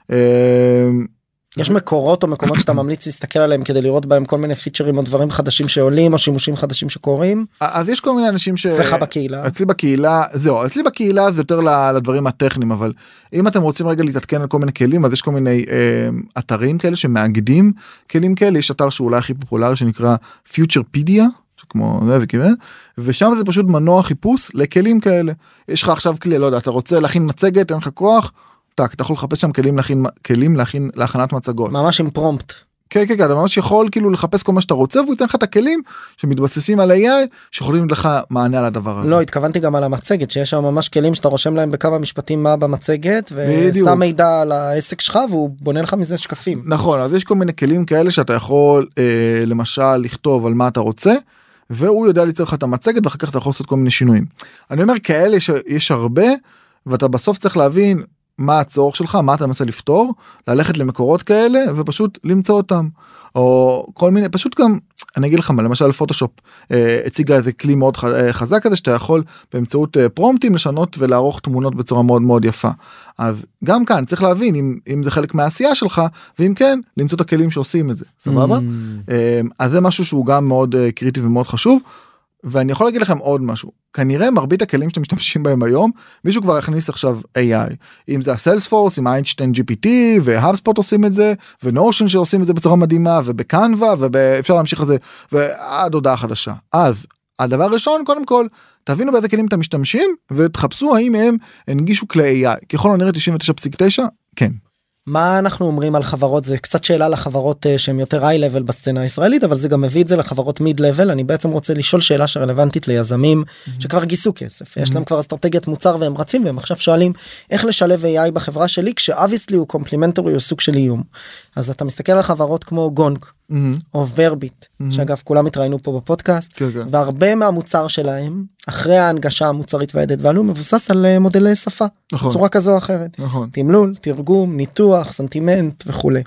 יש מקורות או מקומות שאתה ממליץ להסתכל עליהם כדי לראות בהם כל מיני פיצ'רים או דברים חדשים שעולים או שימושים חדשים שקורים? אז יש כל מיני אנשים ש... אצלך בקהילה. אצלי בקהילה, זהו, אצלי בקהילה זה יותר לדברים הטכניים, אבל אם אתם רוצים רגע להתעדכן על כל מיני כלים, אז יש כל מיני אה, אתרים כאלה שמאגדים כלים כאלה, יש אתר שהוא אולי הכי פופולרי שנקרא Futurepedia, כמו זה וכיוון, ושם זה פשוט מנוע חיפוש לכלים כאלה. יש לך עכשיו כלי, לא יודע, אתה רוצה להכין מצגת, אין לך כוח, טק, אתה יכול לחפש שם כלים להכין, כלים להכין, להכנת מצגות. ממש עם פרומפט. כן, כן, כן, אתה ממש יכול כאילו לחפש כל מה שאתה רוצה, והוא ייתן לך את הכלים שמתבססים על איי איי, שיכולים לך מענה על הדבר הזה. לא, התכוונתי גם על המצגת, שיש שם ממש כלים שאתה רושם להם בכמה משפטים מה במצגת, ושם מידע על העסק שלך, והוא בונה לך מזה שקפים. נכון, אז יש כל מיני כלים כאלה שאתה יכול, אה, למשל, לכתוב על מה אתה רוצה, והוא יודע ליצור לך את המצגת, ואחר כך אתה יכול לעשות כל מיני שינויים. אני אומר, כאלה שיש הרבה, ואתה בסוף צריך להבין מה הצורך שלך, מה אתה מנסה לפתור, ללכת למקורות כאלה, ופשוט למצוא אותם. או כל מיני, פשוט גם, אני אגיד לך מה, למשל פוטושופ אה, הציגה איזה כלי מאוד חזק כזה, שאתה יכול באמצעות אה, פרומפטים לשנות ולערוך תמונות בצורה מאוד מאוד יפה. אז גם כאן צריך להבין אם, אם זה חלק מהעשייה שלך, ואם כן, למצוא את הכלים שעושים את זה, סבבה? Mm. אה, אז זה משהו שהוא גם מאוד אה, קריטי ומאוד חשוב, ואני יכול להגיד לכם עוד משהו, כנראה מרבית הכלים שאתם משתמשים בהם היום, מישהו כבר הכניס עכשיו איי איי, אם זה הסיילספורס, עם איינשטיין ג'י פי טי, והאבספוט עושים את זה, ונושן שעושים את זה בצורה מדהימה, ובקנווה, ואפשר להמשיך את זה, ועד הודעה חדשה. אז, הדבר הראשון, קודם כל, תבינו באיזה כלים אתם משתמשים, ותחפשו האם הם הנגישו כלי איי איי, ככל הנראה תשעים ותשע נקודה תשע, כן. מה אנחנו אומרים על חברות? זה קצת שאלה לחברות שהן יותר היי לבל בסצנה הישראלית, אבל זה גם מביא את זה לחברות מיד לבל. אני בעצם רוצה לשאול שאלה שרלוונטית ליזמים שכבר גייסו כסף, יש להם כבר אסטרטגיית מוצר והם רצים, והם עכשיו שואלים איך לשלב איי איי בחברה שלי, כשאביסלי הוא קומפלימנטורי או סוג של איום. אז אתה מסתכל על חברות כמו גונג או ורביט, שאגב כולם התראינו פה בפודקאסט, והרבה מהמוצר שלהם אחרי ההנגשה המוצרית והעדד ועלו מבוסס על מודלי שפה, בצורה כזו או אחרת, תמלול, תרגום, ניתוח, סנטימנט וכולי.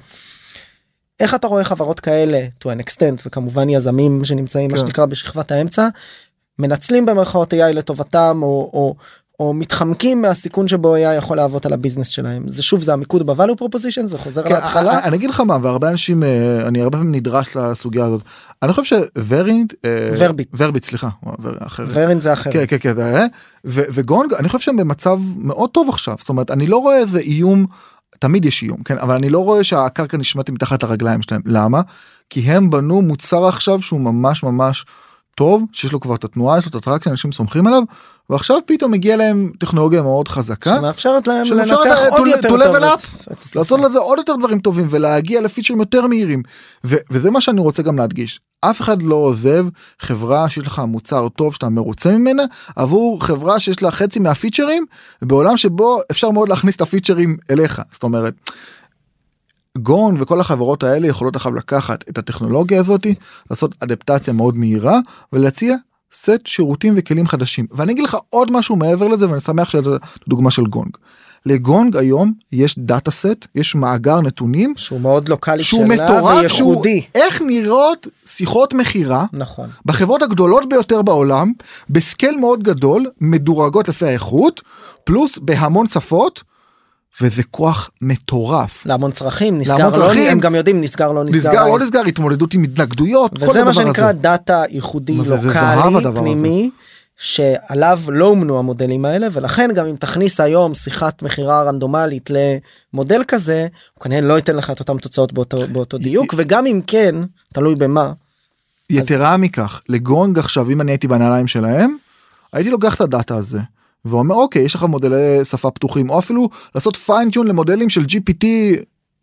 איך אתה רואה חברות כאלה, to an extent, וכמובן יזמים שנמצאים מה שנקרא בשכבת האמצע, מנצלים במרכאות איי איי לטובתם, או, או, או מתחמקים מהסיכון שבו איי איי יכול לעבוד על הביזנס שלהם. זה שוב, זה המיקוד ב-value proposition, זה חוזר על ההתחלה. אני אגיד לך מה, והרבה אנשים, אני הרבה פעמים נדרש לסוגיה הזאת. אני חושב שוורינט, ורביט, ורביט, סליחה. ורינט זה אחרת. כן, כן, כן, זה, וגונג, אני חושב שהם במצב מאוד טוב עכשיו. זאת אומרת, אני לא רואה איזה איום, תמיד יש איום, כן? אבל אני לא רואה שהקרקע נשמעת מתחת לרגליים שלהם. למה? כי הם בנו מוצר עכשיו שהוא ממש ממש טוב, שיש לו כבר את התנועה, יש לו את הטרק שאנשים סומכים עליו, ועכשיו פתאום מגיע להם טכנולוגיה מאוד חזקה, שמאפשרת להם לנתח עוד יותר טוב, לעשות לזה עוד יותר דברים טובים, ולהגיע לפיצ'רים יותר מהירים, וזה מה שאני רוצה גם להדגיש, אף אחד לא עוזב חברה שיש לך מוצר טוב שאתה מרוצה ממנה, עבור חברה שיש לה חצי מהפיצ'רים, בעולם שבו אפשר מאוד להכניס את הפיצ'רים אליך, זאת אומרת, גון וכל החברות האלה יכולות עכשיו לקחת את הטכנולוגיה הזאת, לעשות אדפטציה מאוד מהירה, ולהציע סט שירותים וכלים חדשים. ואני אגיד לך עוד משהו מעבר לזה, ואני שמח שזו דוגמה של גונג. לגונג היום יש דאטה סט, יש מאגר נתונים, שהוא מאוד לוקלי שהוא שלה מטורף, וייחודי. שהוא איך נראות שיחות מחירה, נכון. בחברות הגדולות ביותר בעולם, בסקל מאוד גדול, מדורגות לפי האיכות, פלוס בהמון שפות, וזה כוח מטורף. להמון צרכים, נסגר לא, הם גם יודעים נסגר לא נסגר. נסגר לא נסגר, התמודדות עם התנגדויות, וזה מה שנקרא דאטה ייחודי, לוקלי, פנימי, שעליו לא אומנו המודלים האלה, ולכן גם אם תכניס היום שיחת מחירה רנדומלית למודל כזה, הוא כנראה לא ייתן לך את אותם תוצאות באותו, באותו דיוק, וגם אם כן, תלוי במה. יתרה מכך, לגונג עכשיו, אם אני הייתי בנעליים שלהם, הייתי לוקח את הדאטה הזה, ואומר, אוקיי, יש לך מודלי שפה פתוחים, או אפילו לעשות פיינטיון למודלים של ג'י פי טי,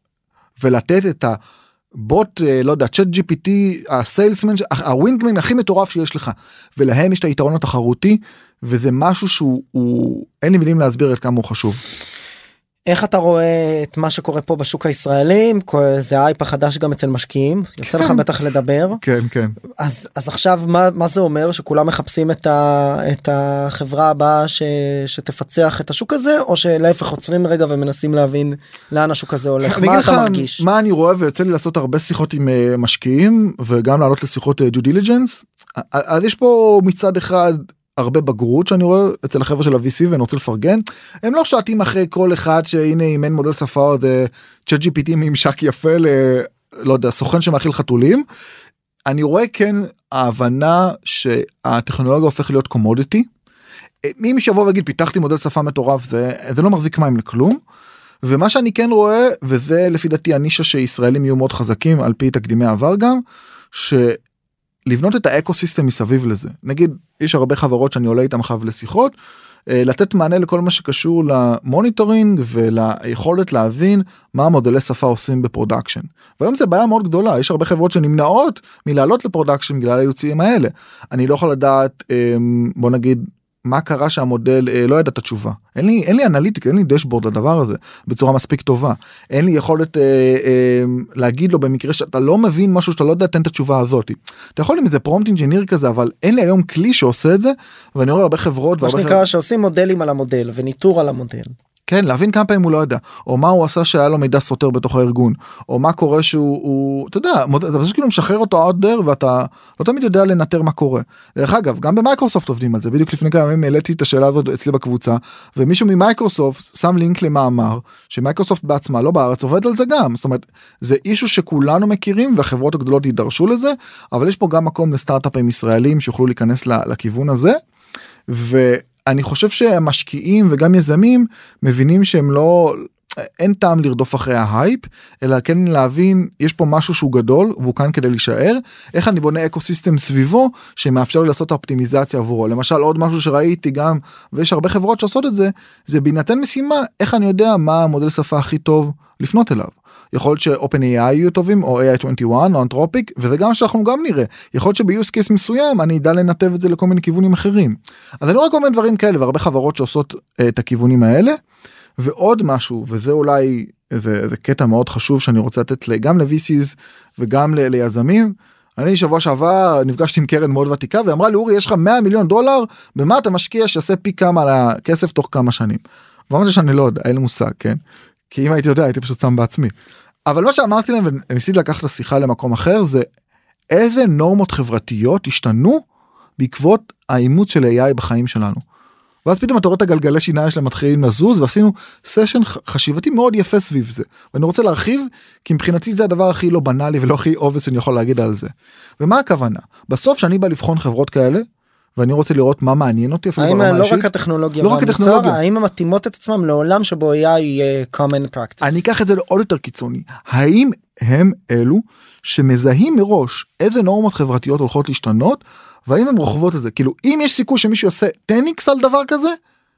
ולתת את הבוט, לא יודע, צ'אט ג'י פי טי, הסיילסמן, הווינגמן הכי מטורף שיש לך, ולהם יש את היתרון התחרותי, וזה משהו שהוא, הוא, אין לי מילים להסביר את כמה הוא חשוב. איך אתה רואה את מה שקורה פה בשוק הישראלי? זה האייפ החדש גם אצל משקיעים, יוצא לך בטח לדבר. כן, כן. אז, אז עכשיו מה, מה זה אומר? שכולם מחפשים את, ה, את החברה הבאה ש, שתפצח את השוק הזה, או שלהפך עוצרים רגע ומנסים להבין לאן השוק הזה הולך? מה אתה מרגיש? מה אני רואה, ויוצא לי לעשות הרבה שיחות עם משקיעים, וגם לעלות לשיחות due diligence. אז יש פה מצד אחד הרבה בגרות שאני רואה אצל החבר'ה של ה-וי סי, ואני רוצה לפרגן, הם לא שעתים אחרי כל אחד שהנה אם אין מודל שפה או זה צ'אט ג'י פי טי ממשק יפה ל... לא יודע, סוכן שמאכיל חתולים. אני רואה כן ההבנה שהטכנולוגיה הופך להיות קומודיטי. מי שיבוא ויגיד פיתחתי מודל שפה מטורף, זה, זה לא מחזיק מים לכלום. ומה שאני כן רואה, וזה לפי דעתי הנישה שישראלים יהיו מאוד חזקים על פי תקדימי העבר גם, ש... לבנות את האקוסיסטם מסביב לזה. נגיד, יש הרבה חברות שאני עולה איתם עכשיו לשיחות, לתת מענה לכל מה שקשור למוניטורינג וליכולת להבין מה המודלי שפה עושים בפרודקשן. והיום זה בעיה מאוד גדולה, יש הרבה חברות שנמנעות מלעלות לפרודקשן בגלל היוצאים האלה. אני לא יכול לדעת, בוא נגיד, מה קרה שהמודל לא ידע את התשובה. אין לי, אין לי אנליטיק, אין לי דשבורד לדבר הזה, בצורה מספיק טובה. אין לי יכולת אה, אה, להגיד לו במקרה שאתה לא מבין משהו שאתה לא יודע, תן את התשובה הזאת. אתה יכול עם איזה פרומפט אינג'יניר כזה, אבל אין לי היום כלי שעושה את זה, ואני רואה הרבה חברות. מה שנקרא שעושים מודלים על המודל, וניטור על המודל. כן, להבין כמה פעמים הוא לא יודע, או מה הוא עשה שהיה לו מידע סותר בתוך הארגון, או מה קורה שהוא, הוא, אתה יודע, זה פשוט כאילו משחרר אותו out there, ואתה לא תמיד יודע לנטר מה קורה. דרך אגב, גם במייקרוסופט עובדים על זה, בדיוק לפני כמה ימים העליתי את השאלה הזאת אצלי בקבוצה, ומישהו ממייקרוסופט שם לינק למאמר, שמייקרוסופט בעצמה, לא בארץ, עובד על זה גם, זאת אומרת, זה אישו שכולנו מכירים, והחברות הגדולות יידרשו לזה, אבל יש פה גם מקום לסטארט-אפים ישראלים שיוכלו להיכנס לכיוון הזה, ו אני חושב שהמשקיעים וגם יזמים מבינים שהם לא, אין טעם לרדוף אחרי ההייפ, אלא כן להבין, יש פה משהו שהוא גדול, והוא כאן כדי להישאר, איך אני בונה אקוסיסטם סביבו, שמאפשר לי לעשות האופטימיזציה עבורו. למשל, עוד משהו שראיתי גם, ויש הרבה חברות שעושות את זה, זה בהינתן משימה, איך אני יודע מה המודל שפה הכי טוב לפנות אליו. יכול להיות ש-Open איי איי יהיו טובים, או איי איי עשרים ואחת, או Anthropic, וזה גם שאנחנו גם נראה. יכול להיות שב-use case מסוים, אני אדע לנתב את זה לכל מיני כיוונים אחרים. אז אני רואה כל מיני דברים כאלה, והרבה חברות שעושות uh, את הכיוונים האלה, ועוד משהו, וזה אולי, זה, זה קטע מאוד חשוב, שאני רוצה לתת גם ל-וי סי'ס, וגם ל- ליזמים. אני שבוע שעבר נפגשתי עם קרן מאוד ותיקה, ואמרה לי, אורי, יש לך מאה מיליון דולר, במה אתה משקיע שעושה פי כמה על הכסף תוך כמה שנים. ואמרתי שאני לא יודע, אין לי מושג, כן? כי אם הייתי יודע, הייתי פשוט שם בעצמי. אבל מה שאמרתי להם, וניסיתי לקחת את השיחה למקום אחר, זה איזה נורמות חברתיות השתנו בעקבות האימוץ של איי איי בחיים שלנו. ואז פתאום אתה רואה את הגלגלי שיניים שלהם מתחילים לזוז, ועשינו סשן חשיבתי מאוד יפה סביב זה. ואני רוצה להרחיב, כי מבחינתי זה הדבר הכי לא בנאלי ולא הכי אובס שאני יכול להגיד על זה. ומה הכוונה? בסוף שאני בא לבחון חברות כאלה, ואני רוצה לראות מה מעניין אותי. האם לא רק הטכנולוגיה, לא רק הטכנולוגיה. האם הם מתאימות את עצמם לעולם שבו איי איי יהיה common practice? אני אקח את זה לעוד יותר קיצוני. האם הם אלו שמזהים מראש איזה נורמות חברתיות הולכות להשתנות, והאם הם רוכבות את זה? כאילו, אם יש סיכוי שמישהו יעשה טן אקס על דבר כזה,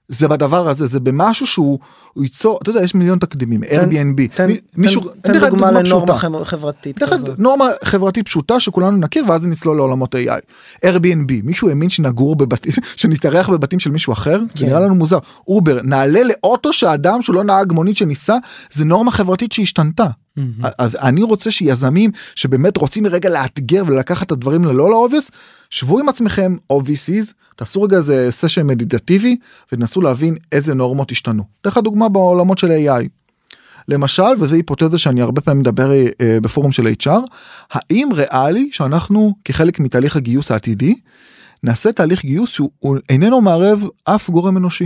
זה בדבר הזה, זה במשהו שהוא ייצור, אתה יודע, יש מיליון תקדימים, Airbnb. תן, מישהו, תן, תן דוגמה לנורמה חברתית כזו. נורמה חברתית פשוטה שכולנו נכיר, ואז נצלול לעולמות איי איי. Airbnb, מישהו האמין שנגור בבתים, שנתארח בבתים של מישהו אחר, זה נראה לנו מוזר. אובר, נעלה לאוטו שאדם שהוא לא נהג מונית שניסה, זה נורמה חברתית שהשתנתה. אז אני רוצה שיזמים שבאמת רוצים רגע לאתגר ולקחת את הדברים ללא לאובייס, שבו עם עצמכם או וי סיז, תעשו רגע איזה סשן מדיטטיבי ותנסו להבין איזה נורמות השתנו. דרך הדוגמה בעולמות של איי איי. למשל, וזו היפותזה שאני הרבה פעמים מדבר אה, בפורום של אייץ' אר, האם ריאלי שאנחנו כחלק מתהליך הגיוס העתידי, נעשה תהליך גיוס שהוא איננו מערב אף גורם אנושי.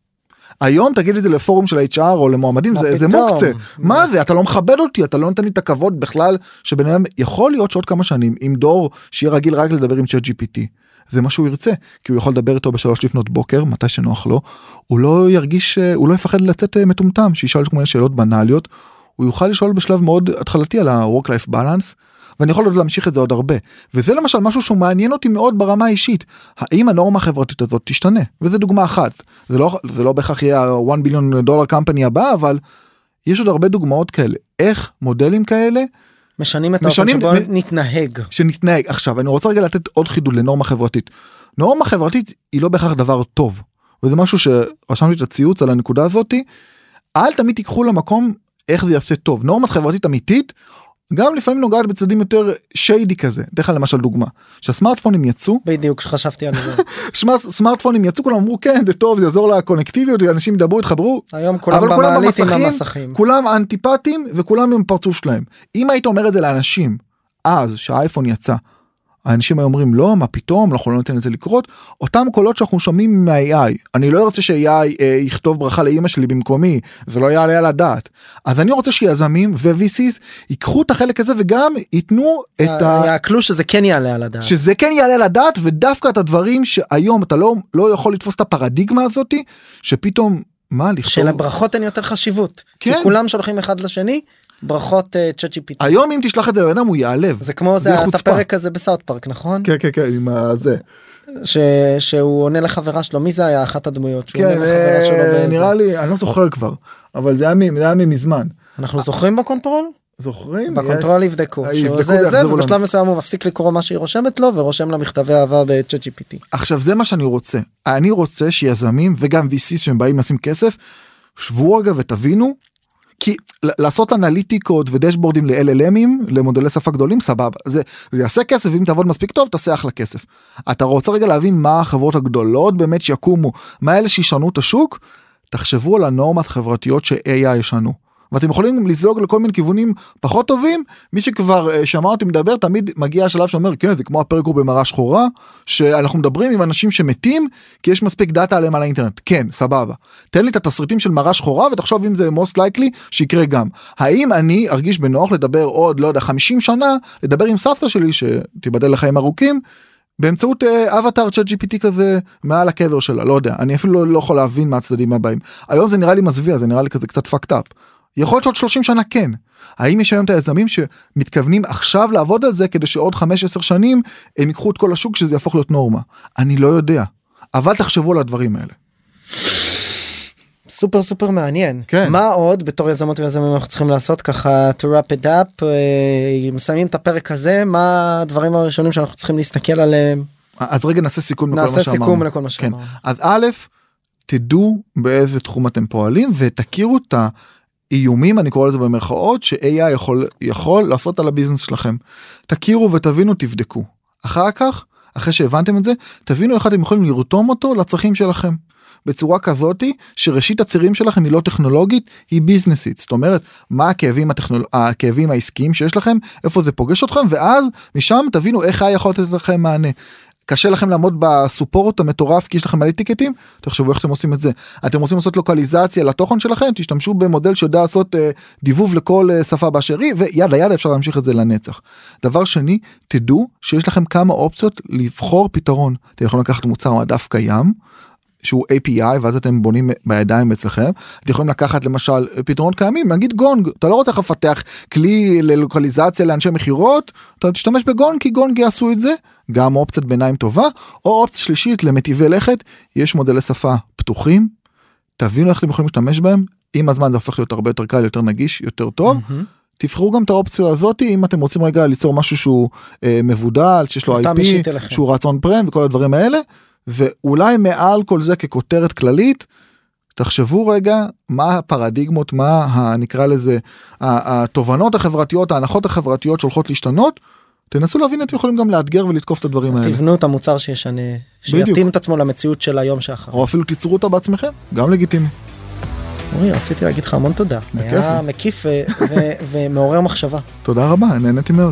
היום תגיד את זה לפורום של אייץ' אר או למועמדים, זה, זה מוקצה. מה זה? אתה לא מכבד אותי, אתה לא נותן לי את הכבוד בכלל, שבן אדם יכול להיות שעוד כמה שנים, עם דור שיהיה רגיל רק לדבר עם צ'אט ג'י פי טי. זה מה שהוא ירצה, כי הוא יכול לדבר איתו בשלוש לפנות בוקר, מתי שנוח לו, הוא לא ירגיש, הוא לא יפחד לצאת מטומטם, שישאל כל מיני שאלות בנאליות, הוא יוכל לשאול בשלב מאוד התחלתי על ה-work-life balance, ואני יכול עוד להמשיך את זה עוד הרבה. וזה למשל משהו שהוא מעניין אותי מאוד ברמה האישית. האם הנורמה החברתית הזאת תשתנה? וזה דוגמה אחת. זה לא, זה לא בהכרח יהיה ה-one billion dollar company הבא, אבל יש עוד הרבה דוגמאות כאלה. איך מודלים כאלה משנים את האופן שבו נתנהג. שנתנהג. עכשיו, אני רוצה רגע לתת עוד חידוד לנורמה חברתית. נורמה חברתית היא לא בהכרח דבר טוב. וזה משהו שרשמתי את הציוץ על הנקודה הזאת. אל תמיד תיקחו למקום איך זה יעשה טוב. נורמה חברתית אמיתית, גם לפעמים נוגעת בצדדים יותר שיידי כזה. דרך למשל דוגמה, שהסמארטפונים יצאו. בדיוק, שחשבתי על זה. סמארטפונים יצאו, כולם אמרו, כן, זה טוב, זה יעזור לקונקטיביות, אנשים ידברו, יתחברו. היום כולם במעלית עם המסכים. כולם אנטיפטיים, וכולם עם פרצוף שלהם. אם היית אומר את זה לאנשים, אז שהאייפון יצא, האנשים היו אומרים, לא, מה פתאום, אנחנו לא ניתן את זה לקרות, אותם קולות שאנחנו שומעים מה-איי איי, אני לא רוצה ש-איי איי אה, יכתוב ברכה לאמא שלי במקומי, זה לא יעלה על הדעת, אז אני רוצה שיזמים ו-וי סי'ס ייקחו את החלק הזה וגם ייתנו את ה... יעקלו שזה כן יעלה על הדעת. שזה כן יעלה על הדעת, ודווקא את הדברים שהיום אתה לא, לא יכול לתפוס את הפרדיגמה הזאת, שפתאום, מה, לכתוב... שלברכות אין יותר חשיבות, כן. כי כולם שולחים אחד לשני, ברכות צ'אט ג'י פי טי. היום אם תשלח את זה לבן אדם הוא יעלב. זה כמו זה את הפרק הזה בסאוט פארק, נכון? כן כן כן, עם הזה. שהוא עונה לחברה שלו, מי זה היה אחת הדמויות? כן, נראה לי, אני לא זוכר כבר, אבל זה היה מזמן. אנחנו זוכרים בקונטרול? זוכרים? בקונטרול יבדקו. זה, ובשלב מסוים הוא מפסיק לקרוא מה שהיא רושמת לו, ורושם לה מכתבי אהבה בצ'אט ג'י פי טי. עכשיו זה מה שאני רוצה. אני רוצה שיזמים וגם וי סי'ס שהם באים לשים כסף, שבו רגע ותבינו, כי לעשות אנליטיקות ודשבורדים ל-אל אל אמ'ים, למודלי שפה גדולים, סבבה. זה, זה יעשה כסף, אם תעבוד מספיק טוב, תעשה אחלה כסף. אתה רוצה רגע להבין מה החברות הגדולות באמת שיקומו, מה אלה שישנו את השוק, תחשבו על הנורמות חברתיות ש-איי איי ישנו. ואתם יכולים לזלוג לכל מיני כיוונים פחות טובים, מי שכבר שמע אותי מדבר, תמיד מגיע השלב שאומר, כן, זה כמו הפרק הוא במראה שחורה, שאנחנו מדברים עם אנשים שמתים, כי יש מספיק דאטה עליהם על האינטרנט. כן, סבבה. תן לי את התסריטים של מראה שחורה, ותחשוב אם זה most likely שיקרה גם. האם אני ארגיש בנוח לדבר עוד, לא יודע, חמישים שנה, לדבר עם סבתא שלי, שתיבדל לחיים ארוכים, באמצעות אבטר צ'אט ג'י פי טי כזה מעל הקבר שלה, לא יודע, אני אפילו לא יכול להבין מה הצדדים הבאים. היום זה נראה לי מזוויע, זה נראה לי כזה קצת fucked up. יכול להיות שעוד שלושים שנה כן. האם יש היום את היזמים שמתכוונים עכשיו לעבוד על זה כדי שעוד חמש עשר שנים הם ייקחו את כל השוק שזה יהפוך להיות נורמה? אני לא יודע. אבל תחשבו על הדברים האלה. סופר סופר מעניין. כן. מה עוד בתור יזמות ויזמים אנחנו צריכים לעשות ככה to wrap it up, מסיימים את הפרק הזה, מה הדברים הראשונים שאנחנו צריכים להסתכל עליהם? אז רגע נעשה סיכום לכל מה שאמרנו. נעשה סיכום לכל מה שאמרנו. אז א', תדעו באיזה תחום אתם פועלים ותכירו את ה... איומים, אני קורא לזה במרכאות, ש-איי איי יכול, יכול לעשות על הביזנס שלכם. תכירו ותבינו, תבדקו. אחר כך, אחרי שהבנתם את זה, תבינו איך אתם יכולים לרתום אותו לצרכים שלכם. בצורה כזאת, שראשית הצירים שלכם היא לא טכנולוגית, היא ביזנסית. זאת אומרת, מה הכאבים, הטכנול... הכאבים העסקיים שיש לכם, איפה זה פוגש אתכם, ואז משם תבינו איך איי יכול לתת לכם מענה. קשה לכם לעמוד בסופורט המטורף כי יש לכם מלא טיקטים, תחשבו איך אתם עושים את זה. אתם רוצים לעשות לוקליזציה לתוכן שלכם, תשתמשו במודל שיודע לעשות אה, דיבוב לכל אה, שפה באשר היא, וידה ידה אפשר להמשיך את זה לנצח. דבר שני, תדעו שיש לכם כמה אופציות לבחור פתרון. אתם יכולים לקחת מוצר מדף קיים, שהוא איי פי איי, ואז אתם בונים בידיים אצלכם. אתם יכולים לקחת למשל פתרונות קיימים, נגיד גונג, אתה לא רוצה לפתח כלי ללוקליזציה לאנשי מחירות, אתה תשתמש בגונג, כי גונג יעשו את זה, גם אופציית ביניים טובה, או אופציה שלישית למטיבי לכת, יש מודלי שפה פתוחים, תבינו איך אתם יכולים להשתמש בהם, עם הזמן זה הופך להיות הרבה יותר קל, יותר נגיש, יותר טוב, mm-hmm. תבחרו גם את האופציה הזאת, אם אתם רוצים רגע ליצור משהו שהוא אה, מבודל, שיש לו איי פי, שהוא רצון פרם וכל הדברים האלה, ואולי מעל כל זה ככותרת כללית, תחשבו רגע מה הפרדיגמות, מה ה, נקרא לזה, התובנות החברתיות, ההנחות החברתיות שהולכות להשתנות, תנסו להבין אתם יכולים גם לאתגר ולתקוף את הדברים האלה. תבנו את המוצר שישנה, שיתאים את עצמו למציאות של היום שאחר. או אפילו תיצרו אותה בעצמכם, גם לגיטימי. אורי, רציתי להגיד לך המון תודה. היה מקיף ומעורר מחשבה. תודה רבה, נהניתי מאוד.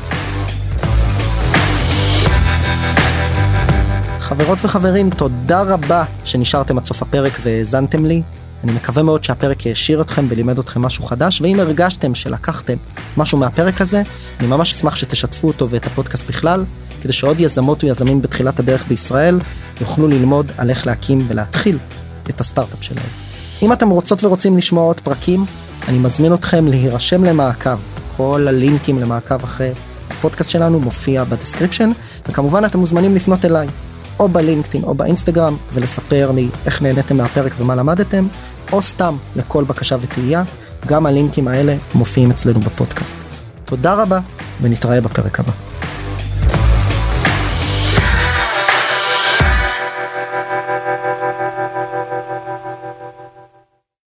חברות וחברים, תודה רבה שנשארתם עד סוף הפרק והאזנתם לי. אני מקווה מאוד שהפרק ישיר אתכם ולימד אתכם משהו חדש, ואם הרגשתם שלקחתם משהו מהפרק הזה, אני ממש אשמח שתשתפו אותו ואת הפודקאסט בכלל, כדי שעוד יזמות ויזמים בתחילת הדרך בישראל יוכלו ללמוד על איך להקים ולהתחיל את הסטארט-אפ שלהם. אם אתם רוצות ורוצים לשמוע עוד פרקים, אני מזמין אתכם להירשם למעקב. כל הלינקים למעקב אחרי הפודקאסט שלנו מופיע בדסקריפשן, וכמובן אתם מוזמנים לפנות אליי, או בלינקדאין או באינסטגרם, ולספר לי איך נהניתם מהפרק ומה למדתם, או סתם לכל בקשה ותהייה, גם הלינקים האלה מופיעים אצלנו בפודקאסט. תודה רבה, ונתראה בפרק הבא.